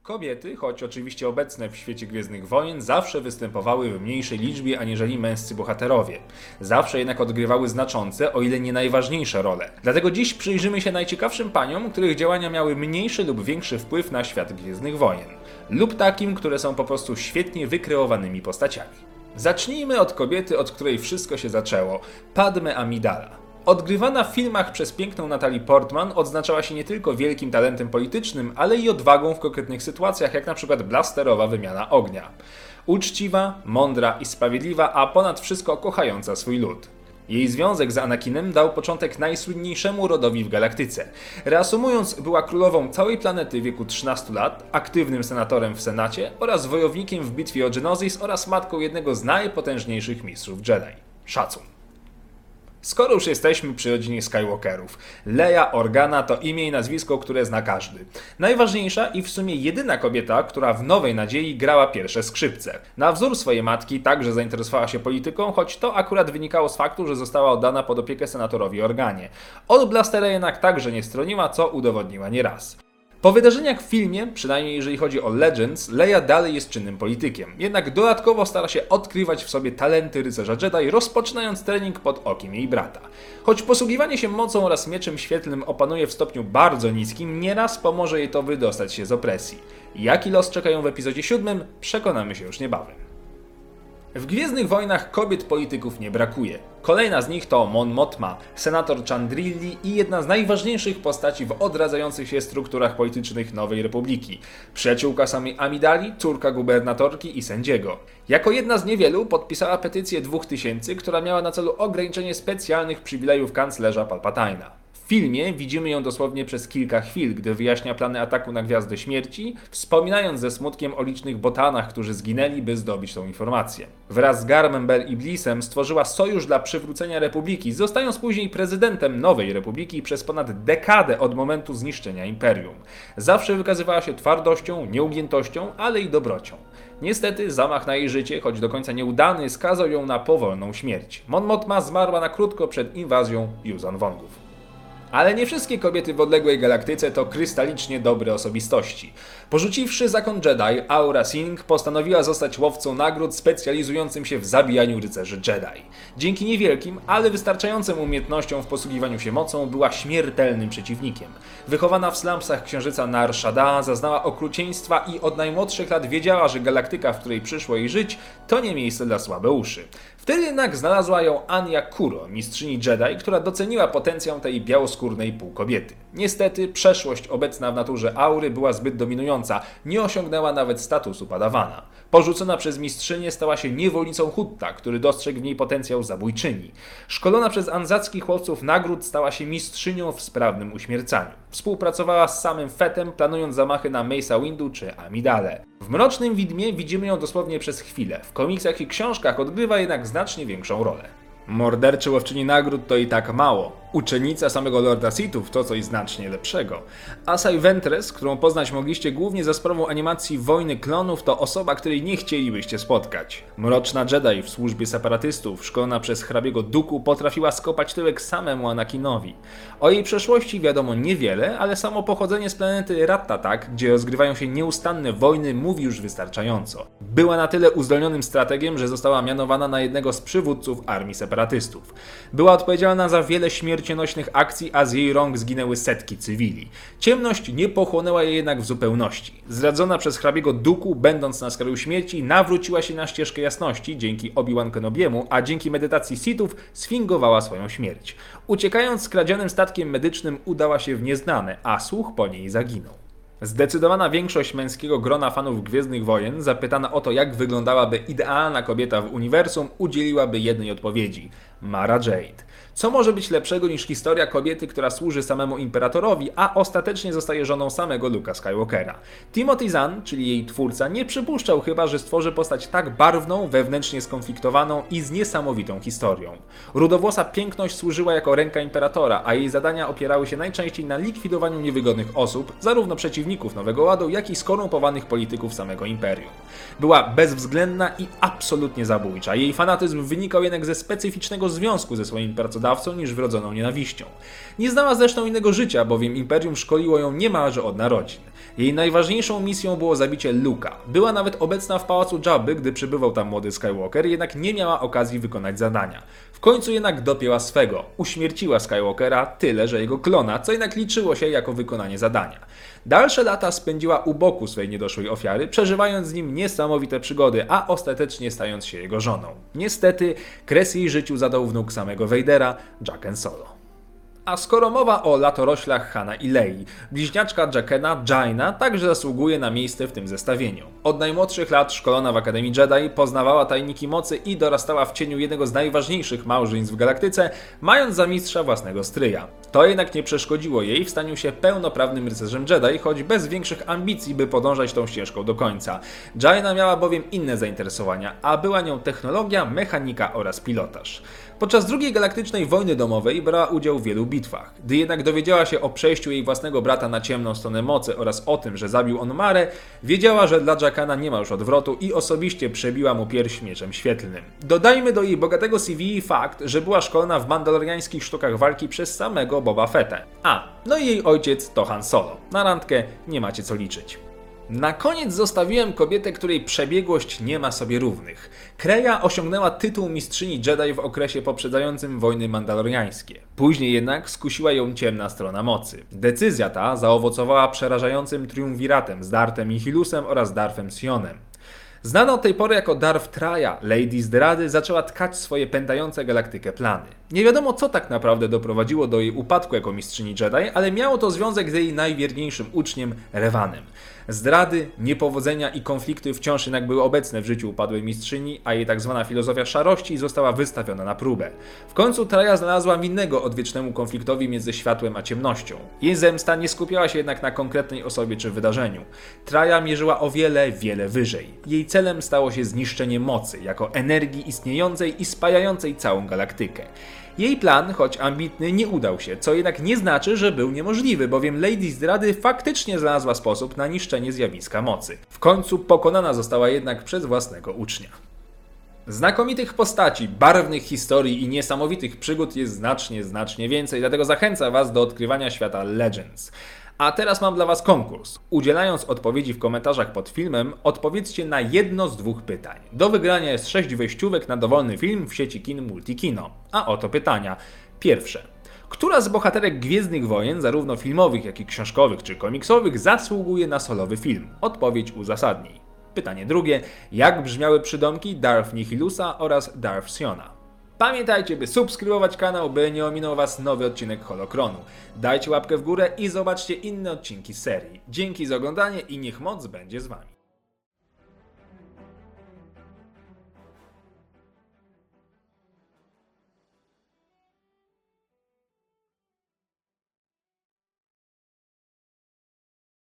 Kobiety, choć oczywiście obecne w świecie Gwiezdnych Wojen, zawsze występowały w mniejszej liczbie aniżeli męscy bohaterowie. Zawsze jednak odgrywały znaczące, o ile nie najważniejsze role. Dlatego dziś przyjrzymy się najciekawszym paniom, których działania miały mniejszy lub większy wpływ na świat Gwiezdnych Wojen. Lub takim, które są po prostu świetnie wykreowanymi postaciami. Zacznijmy od kobiety, od której wszystko się zaczęło. Padme Amidala. Odgrywana w filmach przez piękną Natalie Portman odznaczała się nie tylko wielkim talentem politycznym, ale i odwagą w konkretnych sytuacjach, jak na przykład blasterowa wymiana ognia. Uczciwa, mądra i sprawiedliwa, a ponad wszystko kochająca swój lud. Jej związek z Anakinem dał początek najsłynniejszemu rodowi w galaktyce. Reasumując, była królową całej planety w wieku 13 lat, aktywnym senatorem w Senacie oraz wojownikiem w bitwie o Geonosis oraz matką jednego z najpotężniejszych mistrzów Jedi. Szacun. Skoro już jesteśmy przy rodzinie Skywalkerów, Leia Organa to imię i nazwisko, które zna każdy. Najważniejsza i w sumie jedyna kobieta, która w Nowej Nadziei grała pierwsze skrzypce. Na wzór swojej matki także zainteresowała się polityką, choć to akurat wynikało z faktu, że została oddana pod opiekę senatorowi Organie. Od blastera jednak także nie stroniła, co udowodniła nieraz. Po wydarzeniach w filmie, przynajmniej jeżeli chodzi o Legends, Leia dalej jest czynnym politykiem, jednak dodatkowo stara się odkrywać w sobie talenty rycerza Jedi, rozpoczynając trening pod okiem jej brata. Choć posługiwanie się mocą oraz mieczem świetlnym opanuje w stopniu bardzo niskim, nieraz pomoże jej to wydostać się z opresji. Jaki los czeka ją w epizodzie 7, przekonamy się już niebawem. W Gwiezdnych Wojnach kobiet polityków nie brakuje. Kolejna z nich to Mon Mothma, senator Chandrilli i jedna z najważniejszych postaci w odradzających się strukturach politycznych Nowej Republiki. Przyjaciółka samej Amidali, córka gubernatorki i sędziego. Jako jedna z niewielu podpisała petycję 2000, która miała na celu ograniczenie specjalnych przywilejów kanclerza Palpatine'a. W filmie widzimy ją dosłownie przez kilka chwil, gdy wyjaśnia plany ataku na Gwiazdę Śmierci, wspominając ze smutkiem o licznych botanach, którzy zginęli, by zdobyć tą informację. Wraz z Garmem Bel Iblisem stworzyła sojusz dla przywrócenia Republiki, zostając później prezydentem Nowej Republiki przez ponad dekadę od momentu zniszczenia Imperium. Zawsze wykazywała się twardością, nieugiętością, ale i dobrocią. Niestety zamach na jej życie, choć do końca nieudany, skazał ją na powolną śmierć. Mon Mothma zmarła na krótko przed inwazją Yuuzhan Vongów. Ale nie wszystkie kobiety w odległej galaktyce to krystalicznie dobre osobistości. Porzuciwszy zakon Jedi, Aurra Sing postanowiła zostać łowcą nagród specjalizującym się w zabijaniu rycerzy Jedi. Dzięki niewielkim, ale wystarczającym umiejętnościom w posługiwaniu się mocą była śmiertelnym przeciwnikiem. Wychowana w slumsach księżyca Nar Shaddaa zaznała okrucieństwa i od najmłodszych lat wiedziała, że galaktyka, w której przyszło jej żyć, to nie miejsce dla słabeuszy. Wtedy jednak znalazła ją Anya Kuro, mistrzyni Jedi, która doceniła potencjał tej białoskórnej półkobiety. Niestety przeszłość obecna w naturze Aury była zbyt dominująca, nie osiągnęła nawet statusu padawana. Porzucona przez mistrzynię stała się niewolnicą Hutta, który dostrzegł w niej potencjał zabójczyni. Szkolona przez anzackich łowców nagród stała się mistrzynią w sprawnym uśmiercaniu. Współpracowała z samym Fettem, planując zamachy na Mace'a Windu czy Amidale. W Mrocznym Widmie widzimy ją dosłownie przez chwilę, w komiksach i książkach odgrywa jednak znacznie większą rolę. Morderczy łowczyni nagród to i tak mało. Uczennica samego Lorda Sithów to coś znacznie lepszego. Asajj Ventress, którą poznać mogliście głównie za sprawą animacji Wojny Klonów, to osoba, której nie chcielibyście spotkać. Mroczna Jedi w służbie separatystów, szkolona przez hrabiego Dooku, potrafiła skopać tyłek samemu Anakinowi. O jej przeszłości wiadomo niewiele, ale samo pochodzenie z planety Rattatak, gdzie rozgrywają się nieustanne wojny, mówi już wystarczająco. Była na tyle uzdolnionym strategiem, że została mianowana na jednego z przywódców armii separatystów. Była odpowiedzialna za wiele śmiercionośnych akcji, a z jej rąk zginęły setki cywili. Ciemność nie pochłonęła jej jednak w zupełności. Zdradzona przez hrabiego Dooku, będąc na skraju śmierci, nawróciła się na ścieżkę jasności dzięki Obi-Wan Kenobiemu, a dzięki medytacji Sithów sfingowała swoją śmierć. Uciekając skradzionym statkiem medycznym udała się w nieznane, a słuch po niej zaginął. Zdecydowana większość męskiego grona fanów Gwiezdnych Wojen, zapytana o to, jak wyglądałaby idealna kobieta w uniwersum, udzieliłaby jednej odpowiedzi – Mara Jade. Co może być lepszego niż historia kobiety, która służy samemu imperatorowi, a ostatecznie zostaje żoną samego Luke'a Skywalkera. Timothy Zahn, czyli jej twórca, nie przypuszczał chyba, że stworzy postać tak barwną, wewnętrznie skonfliktowaną i z niesamowitą historią. Rudowłosa piękność służyła jako ręka imperatora, a jej zadania opierały się najczęściej na likwidowaniu niewygodnych osób, zarówno przeciwników, przeciwników Nowego Ładu, jak i skorumpowanych polityków samego Imperium. Była bezwzględna i absolutnie zabójcza. Jej fanatyzm wynikał jednak ze specyficznego związku ze swoim pracodawcą niż wrodzoną nienawiścią. Nie znała zresztą innego życia, bowiem Imperium szkoliło ją niemalże od narodzin. Jej najważniejszą misją było zabicie Luke'a. Była nawet obecna w pałacu Jabby, gdy przybywał tam młody Skywalker, jednak nie miała okazji wykonać zadania. W końcu jednak dopięła swego. Uśmierciła Skywalkera, tyle że jego klona, co jednak liczyło się jako wykonanie zadania. Dalsze lata spędziła u boku swej niedoszłej ofiary, przeżywając z nim niesamowite przygody, a ostatecznie stając się jego żoną. Niestety, kres jej życiu zadał wnuk samego Vadera, Jaqen Solo. A skoro mowa o latoroślach Hana i Lei, bliźniaczka Jaqena, Jaina, także zasługuje na miejsce w tym zestawieniu. Od najmłodszych lat szkolona w Akademii Jedi, poznawała tajniki mocy i dorastała w cieniu jednego z najważniejszych małżeństw w galaktyce, mając za mistrza własnego stryja. To jednak nie przeszkodziło jej w staniu się pełnoprawnym rycerzem Jedi, choć bez większych ambicji, by podążać tą ścieżką do końca. Jaina miała bowiem inne zainteresowania, a była nią technologia, mechanika oraz pilotaż. Podczas II Galaktycznej Wojny Domowej brała udział w wielu bitwach. Gdy jednak dowiedziała się o przejściu jej własnego brata na ciemną stronę mocy oraz o tym, że zabił on Marę, wiedziała, że dla Jaqena nie ma już odwrotu i osobiście przebiła mu pierś mieczem świetlnym. Dodajmy do jej bogatego CV fakt, że była szkolona w mandaloriańskich sztukach walki przez samego Boba Fettę. No i jej ojciec to Han Solo. Na randkę nie macie co liczyć. Na koniec zostawiłem kobietę, której przebiegłość nie ma sobie równych. Kreia osiągnęła tytuł mistrzyni Jedi w okresie poprzedzającym wojny mandaloriańskie. Później jednak skusiła ją ciemna strona mocy. Decyzja ta zaowocowała przerażającym triumviratem z Darthem Nihilusem oraz Darthem Sionem. Znana od tej pory jako Darth Traja, Lady Zdrady zaczęła tkać swoje pętające galaktykę plany. Nie wiadomo, co tak naprawdę doprowadziło do jej upadku jako mistrzyni Jedi, ale miało to związek z jej najwierniejszym uczniem, Revanem. Zdrady, niepowodzenia i konflikty wciąż jednak były obecne w życiu upadłej mistrzyni, a jej tzw. filozofia szarości została wystawiona na próbę. W końcu Traja znalazła winnego odwiecznemu konfliktowi między światłem a ciemnością. Jej zemsta nie skupiała się jednak na konkretnej osobie czy wydarzeniu. Traja mierzyła o wiele, wiele wyżej. Jej celem stało się zniszczenie mocy, jako energii istniejącej i spajającej całą galaktykę. Jej plan, choć ambitny, nie udał się, co jednak nie znaczy, że był niemożliwy, bowiem Lady Zdrady faktycznie znalazła sposób na niszczenie zjawiska mocy. W końcu pokonana została jednak przez własnego ucznia. Znakomitych postaci, barwnych historii i niesamowitych przygód jest znacznie więcej, dlatego zachęcam Was do odkrywania świata Legends. A teraz mam dla Was konkurs. Udzielając odpowiedzi w komentarzach pod filmem, odpowiedzcie na jedno z dwóch pytań. Do wygrania jest 6 wejściówek na dowolny film w sieci kin Multikino. A oto pytania. Pierwsze. Która z bohaterek Gwiezdnych Wojen, zarówno filmowych, jak i książkowych czy komiksowych, zasługuje na solowy film? Odpowiedź uzasadnij. Pytanie drugie. Jak brzmiały przydomki Darth Nihilusa oraz Darth Siona? Pamiętajcie, by subskrybować kanał, by nie ominął Was nowy odcinek Holokronu. Dajcie łapkę w górę i zobaczcie inne odcinki z serii. Dzięki za oglądanie i niech moc będzie z Wami.